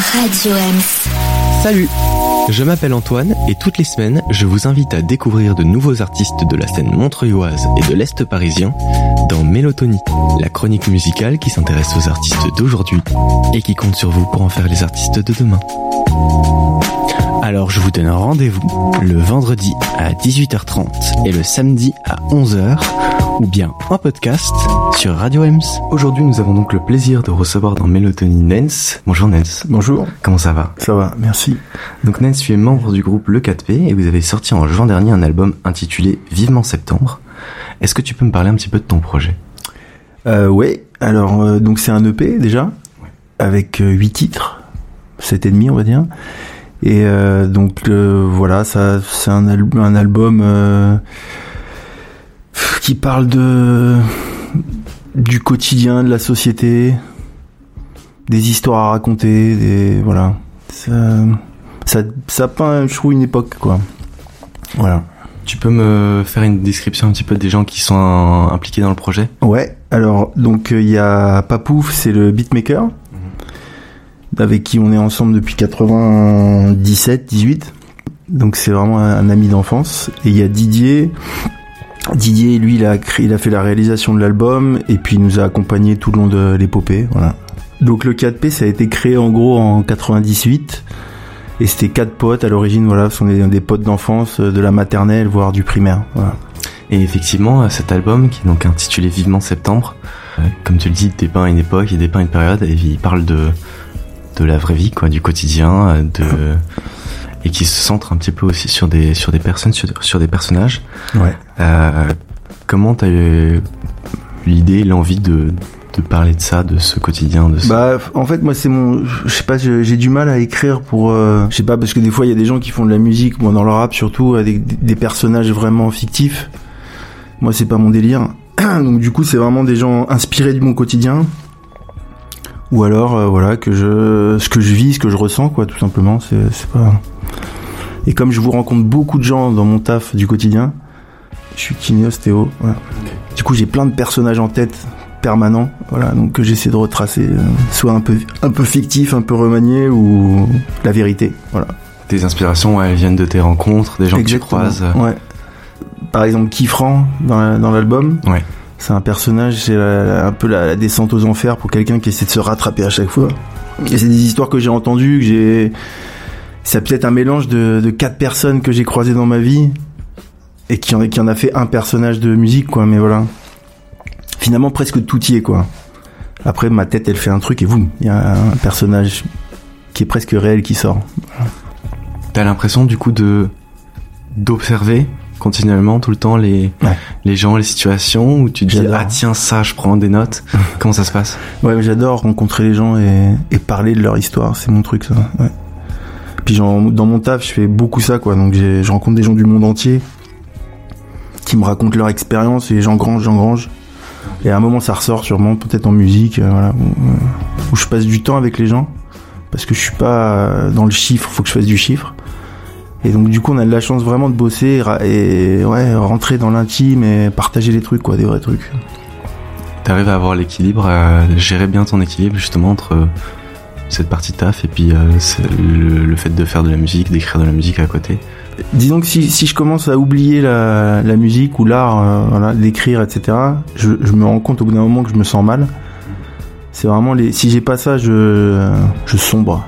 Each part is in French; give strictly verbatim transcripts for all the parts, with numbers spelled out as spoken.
Radio Ems. Salut, je m'appelle Antoine et toutes les semaines, je vous invite à découvrir de nouveaux artistes de la scène montreuilloise et de l'Est parisien dans Mélotonie, la chronique musicale qui s'intéresse aux artistes d'aujourd'hui et qui compte sur vous pour en faire les artistes de demain. Alors je vous donne rendez-vous le vendredi à dix-huit heures trente et le samedi à onze heures ou bien en podcast sur Radio Ems. Aujourd'hui nous avons donc le plaisir de recevoir dans Mélotonie Nens. Bonjour Nens. Bonjour. Comment ça va ? Ça va, merci. Donc Nens, tu es membre du groupe Le quatre P et vous avez sorti en juin dernier un album intitulé Vivement Septembre. Est-ce que tu peux me parler un petit peu de ton projet ? euh, Ouais, alors euh, donc c'est un E P déjà, ouais. Avec euh, huit titres, sept et demi on va dire. Et euh, donc euh, voilà, ça c'est un, al- un album euh, qui parle de du quotidien de la société, des histoires à raconter, des voilà. Ça ça, ça peint, je trouve, une époque quoi. Voilà. Tu peux me faire une description un petit peu des gens qui sont impliqués dans le projet ? Ouais. Alors donc il euh, y a Papouf, c'est le beatmaker. Avec qui on est ensemble depuis quatre-vingt-dix-sept dix-huit, donc c'est vraiment un, un ami d'enfance. Et il y a Didier Didier lui il a créé, il a fait la réalisation de l'album et puis il nous a accompagnés tout le long de l'épopée, voilà. Donc le quatre P ça a été créé en gros en quatre-vingt-dix-huit et c'était quatre potes à l'origine, voilà, ce sont des, des potes d'enfance, de la maternelle voire du primaire, voilà. Et effectivement cet album qui est donc intitulé Vivement Septembre, ouais, comme tu le dis, dépeint une époque, il dépeint une période et il parle de de la vraie vie, quoi, du quotidien, de et qui se centre un petit peu aussi sur des sur des personnes, sur, sur des personnages. Ouais. Euh, comment t'as eu l'idée, l'envie de de parler de ça, de ce quotidien, de ce... Bah en fait moi c'est mon, je sais pas, j'ai, j'ai du mal à écrire pour, euh, je sais pas, parce que des fois il y a des gens qui font de la musique, moi dans le rap surtout, avec des, des personnages vraiment fictifs. Moi c'est pas mon délire. Donc du coup c'est vraiment des gens inspirés de mon quotidien. Ou alors euh, voilà, que je ce que je vis, ce que je ressens quoi, tout simplement, c'est c'est pas. Et comme je vous rencontre beaucoup de gens dans mon taf du quotidien, je suis kiné ostéo, voilà. Du coup, j'ai plein de personnages en tête permanents, voilà, donc que j'essaie de retracer, euh, soit un peu un peu fictif, un peu remanié ou la vérité, voilà. Tes inspirations, ouais, elles viennent de tes rencontres, des gens Exactement. Que tu croises. Ouais. Par exemple, Kifran dans la, dans l'album. Ouais. C'est un personnage, c'est la, la, un peu la, la descente aux enfers pour quelqu'un qui essaie de se rattraper à chaque fois. Et c'est des histoires que j'ai entendues, que j'ai... C'est peut-être un mélange de, de quatre personnes que j'ai croisées dans ma vie et qui en, qui en a fait un personnage de musique, quoi. Mais voilà. Finalement, presque tout y est, quoi. Après, ma tête, elle fait un truc et boum, il y a un personnage qui est presque réel qui sort. Voilà. T'as l'impression, du coup, de d'observer continuellement, tout le temps, les, ouais. les gens, les situations, où tu te dis, ah tiens, ça, je prends des notes. Comment ça se passe ? Ouais, mais j'adore rencontrer les gens et, et parler de leur histoire, c'est mon truc, ça. Ouais. Puis genre, dans mon taf, je fais beaucoup ça, quoi. Donc j'ai, je rencontre des gens du monde entier qui me racontent leur expérience et j'engrange, j'engrange. Et à un moment, ça ressort sûrement, peut-être en musique, euh, voilà, où, où je passe du temps avec les gens parce que je suis pas dans le chiffre, faut que je fasse du chiffre. Et donc du coup on a de la chance vraiment de bosser et, et ouais, rentrer dans l'intime et partager les trucs, quoi, des vrais trucs. T'arrives à avoir l'équilibre, à gérer bien ton équilibre justement entre cette partie taf et puis euh, le, le fait de faire de la musique, d'écrire de la musique à côté. Disons que si, si je commence à oublier la, la musique ou l'art, euh, voilà, d'écrire, et cetera, je, je me rends compte au bout d'un moment que je me sens mal. C'est vraiment les, si j'ai pas ça, je, je sombre.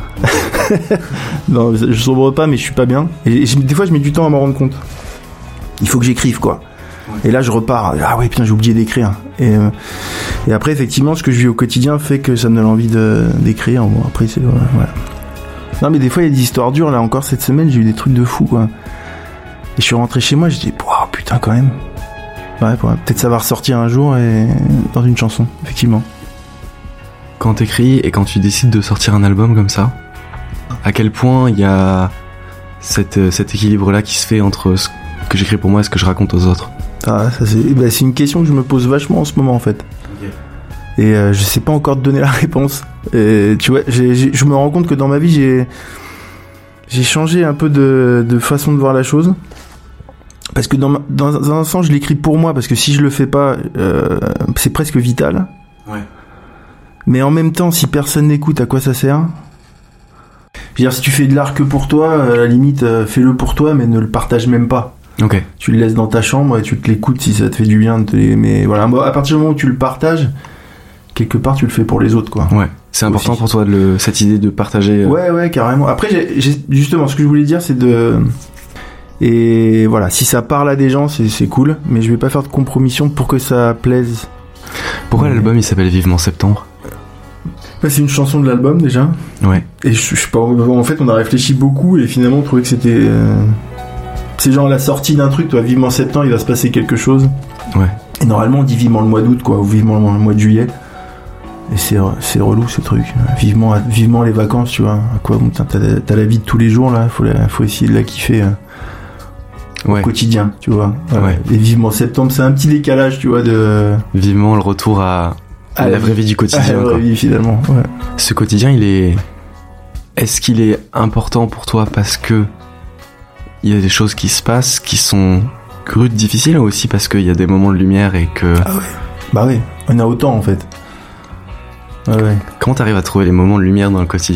Non, je sombre pas, mais je suis pas bien. Et, et des fois, je mets du temps à m'en rendre compte. Il faut que j'écrive, quoi. Et là, je repars. Ah ouais, putain, j'ai oublié d'écrire. Et, euh, et après, effectivement, ce que je vis au quotidien fait que ça me donne envie de, d'écrire. Bon, après, c'est voilà. voilà. Non, mais des fois, il y a des histoires dures. Là, encore cette semaine, j'ai eu des trucs de fou, quoi. Et je suis rentré chez moi, j'ai dit, oh, putain, quand même. Ouais, ouais, peut-être ça va ressortir un jour et dans une chanson, effectivement. Quand t'écris et quand tu décides de sortir un album comme ça, à quel point il y a cette, cet équilibre-là qui se fait entre ce que j'écris pour moi et ce que je raconte aux autres ? Ah, ça c'est, bah, c'est une question que je me pose vachement en ce moment, en fait. Okay. Et euh, je sais pas encore te donner la réponse. Et, tu vois, j'ai, j'ai, je me rends compte que dans ma vie, j'ai, j'ai changé un peu de, de façon de voir la chose. Parce que dans, ma, dans un sens, je l'écris pour moi, parce que si je le fais pas, euh, c'est presque vital. Ouais. Mais en même temps, si personne n'écoute, à quoi ça sert ? Je veux dire, si tu fais de l'art que pour toi, à la limite, euh, fais-le pour toi, mais ne le partage même pas. Ok. Tu le laisses dans ta chambre et tu te l'écoutes si ça te fait du bien. De te les... Mais voilà, à partir du moment où tu le partages, quelque part, tu le fais pour les autres, quoi. Ouais. C'est important aussi. pour toi de le... cette idée de partager. Euh... Ouais, ouais, carrément. Après, j'ai, j'ai... justement, ce que je voulais dire, c'est de... Et voilà, si ça parle à des gens, c'est, c'est cool, mais je vais pas faire de compromission pour que ça plaise. Pourquoi mais... l'album il s'appelle Vivement Septembre ? Bah, c'est une chanson de l'album déjà. Ouais. Et je, je sais pas, en fait, on a réfléchi beaucoup et finalement on trouvait que c'était. Euh... C'est genre la sortie d'un truc, toi, Vivement Septembre, il va se passer quelque chose. Ouais. Et normalement on dit vivement le mois d'août, quoi, ou vivement le mois de juillet. Et c'est, c'est relou ce truc. Vivement, vivement les vacances, tu vois. À quoi, bon, t'as, t'as la vie de tous les jours là, faut, la, faut essayer de la kiffer. Euh... Ouais. Au quotidien, tu vois. Ouais. Ouais. Et Vivement Septembre, c'est un petit décalage, tu vois, de. Vivement le retour à. À la, la vraie vie du quotidien. À la vraie quoi. vie, finalement, ouais. Ce quotidien, il est... Est-ce qu'il est important pour toi parce que il y a des choses qui se passent qui sont crudes, difficiles, ou aussi parce qu'il y a des moments de lumière et que... Ah ouais. Bah ouais, on a autant, en fait. Ouais, ouais. Comment t'arrives à trouver les moments de lumière dans le quotidien ?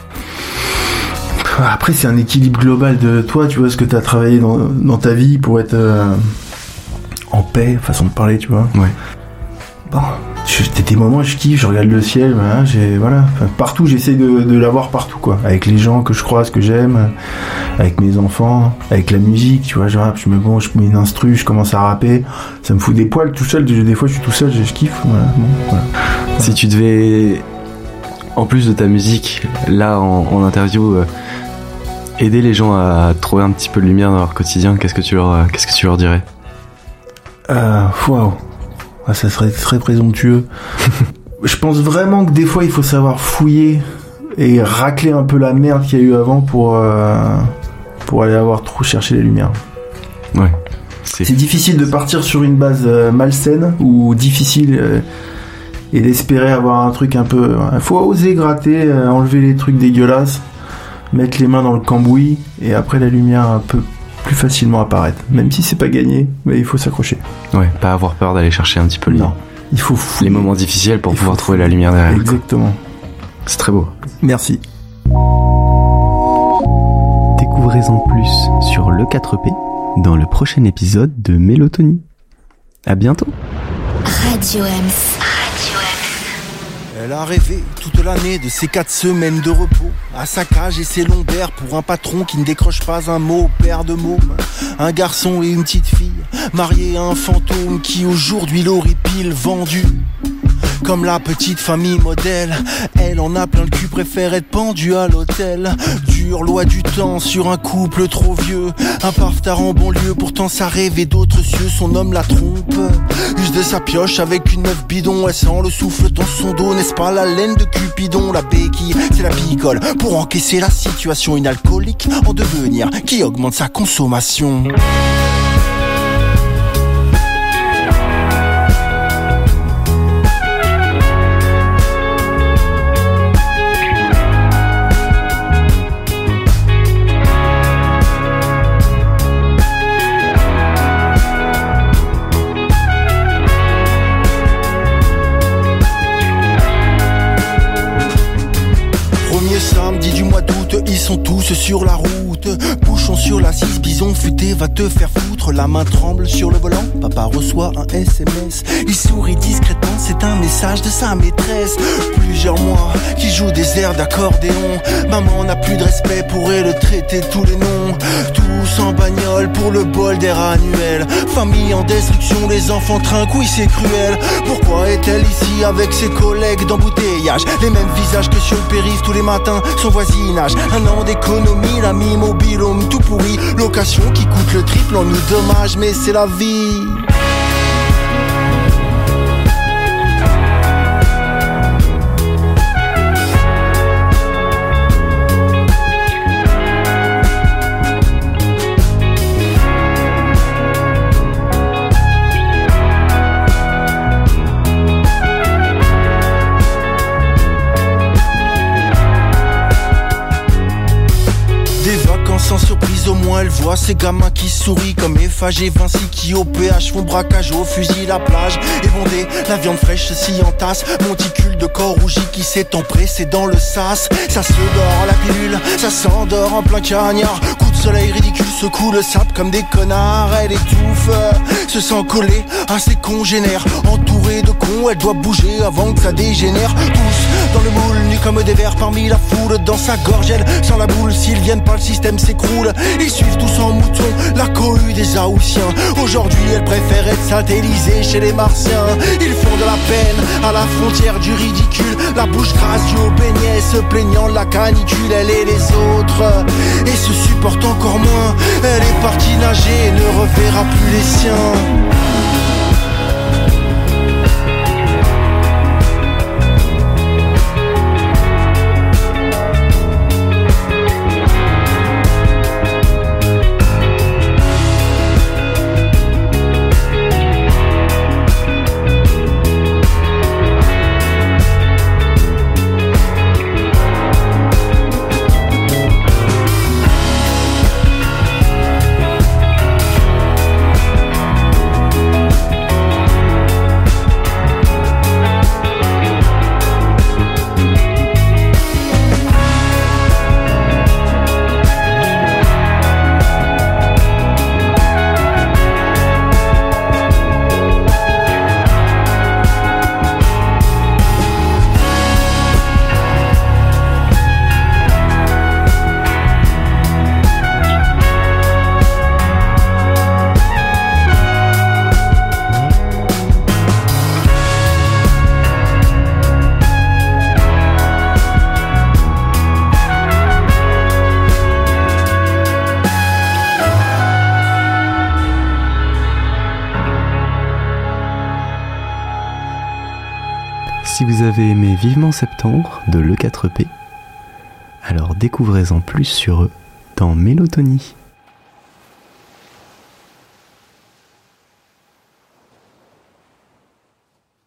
Après, c'est un équilibre global de toi, tu vois, ce que t'as travaillé dans, dans ta vie pour être euh, en paix, façon de parler, tu vois. Ouais. Bon... J'ai des moments, je kiffe, je regarde le ciel, voilà, j'ai, voilà. Enfin, partout, j'essaie de, de l'avoir partout, quoi. Avec les gens que je croise, que j'aime, avec mes enfants, avec la musique, tu vois, je rappe, je me, bon, je mets une instru, je commence à rapper, ça me fout des poils tout seul, des fois je suis tout seul, je, je kiffe, voilà, bon, voilà. Voilà. Si tu devais, en plus de ta musique, là, en, en interview, euh, aider les gens à trouver un petit peu de lumière dans leur quotidien, qu'est-ce que tu leur, qu'est-ce que tu leur dirais ? Euh, waouh. Ah, ça serait très présomptueux. Je pense vraiment que des fois il faut savoir fouiller et racler un peu la merde qu'il y a eu avant pour euh, pour aller avoir trop cherché les lumières. Ouais. C'est, c'est difficile de partir sur une base euh, malsaine ou difficile euh, et d'espérer avoir un truc un peu. Il euh, faut oser gratter, euh, enlever les trucs dégueulasses, mettre les mains dans le cambouis et après la lumière un peu plus facilement apparaître, même si c'est pas gagné, mais il faut s'accrocher. Ouais, pas avoir peur d'aller chercher un petit peu les, non, il faut fouiller. Les moments difficiles pour il pouvoir trouver la lumière derrière. Exactement. Quoi. C'est très beau. Merci. Découvrez-en plus sur le quatre P dans le prochain épisode de Mélotonie. À bientôt. Radio M. Elle a rêvé toute l'année de ses quatre semaines de repos, à sa cage et ses lombaires pour un patron qui ne décroche pas un mot, père de môme, un garçon et une petite fille, mariés à un fantôme qui aujourd'hui l'horripile vendu. Comme la petite famille modèle, elle en a plein le cul, préfère être pendue à l'hôtel. Dure loi du temps sur un couple trop vieux, un pavetard en banlieue, pourtant ça rêvait d'autres cieux. Son homme la trompe, use de sa pioche avec une meuf bidon. Elle sent le souffle dans son dos, n'est-ce pas la laine de Cupidon? La béquille, c'est la picole pour encaisser la situation. Une alcoolique en devenir qui augmente sa consommation. Samedi du mois d'août, ils sont tous sur la route. Bouchon sur la six, bison futé va te faire foutre. La main tremble sur le volant, papa reçoit un S M S. Il sourit discrètement, c'est un message de sa maîtresse. Plusieurs mois, qui joue des airs d'accordéon. Maman n'a plus de respect, pourrait le traiter tous les noms. Tous en bagnole pour le bol d'air annuel. Famille en destruction, les enfants trinquent, oui c'est cruel. Pourquoi est-elle ici avec ses collègues d'embouteillage? Les mêmes visages que sur le périph' tous les matins, son voisinage. Un an d'économie, l'ami mobile, homme tout pourri. Location qui coûte le triple en nous dommage, mais c'est la vie. Sans surprise, au moins loin elle voit ces gamins qui sourient comme F A G Vinci qui au P H font braquage au fusil. La plage est bondée, la viande fraîche s'y entasse, monticule de corps rougi qui s'est empressé dans le sas. Ça se dort la pilule, ça s'endort en plein cagnard. Coup de soleil ridicule secoue le sable comme des connards. Elle étouffe, se sent collée à ses congénères. Entourée de cons, elle doit bouger avant que ça dégénère. Tous dans le moule, nus comme des vers parmi la foule. Dans sa gorge, elle sent la boule, s'ils viennent pas le système s'écroule. Ils suivent tous en mouton la cohue des Haussiens. Aujourd'hui elle préfère être satellisée chez les Martiens. Ils font de la peine à la frontière du ridicule, la bouche grasse du haut beignet, se plaignant de la canicule. Elle et les autres, et se supporte encore moins. Elle est partie nager et ne reverra plus les siens. Si vous avez aimé Vivement Septembre de l'E quatre P, alors découvrez-en plus sur eux dans Mélotonie.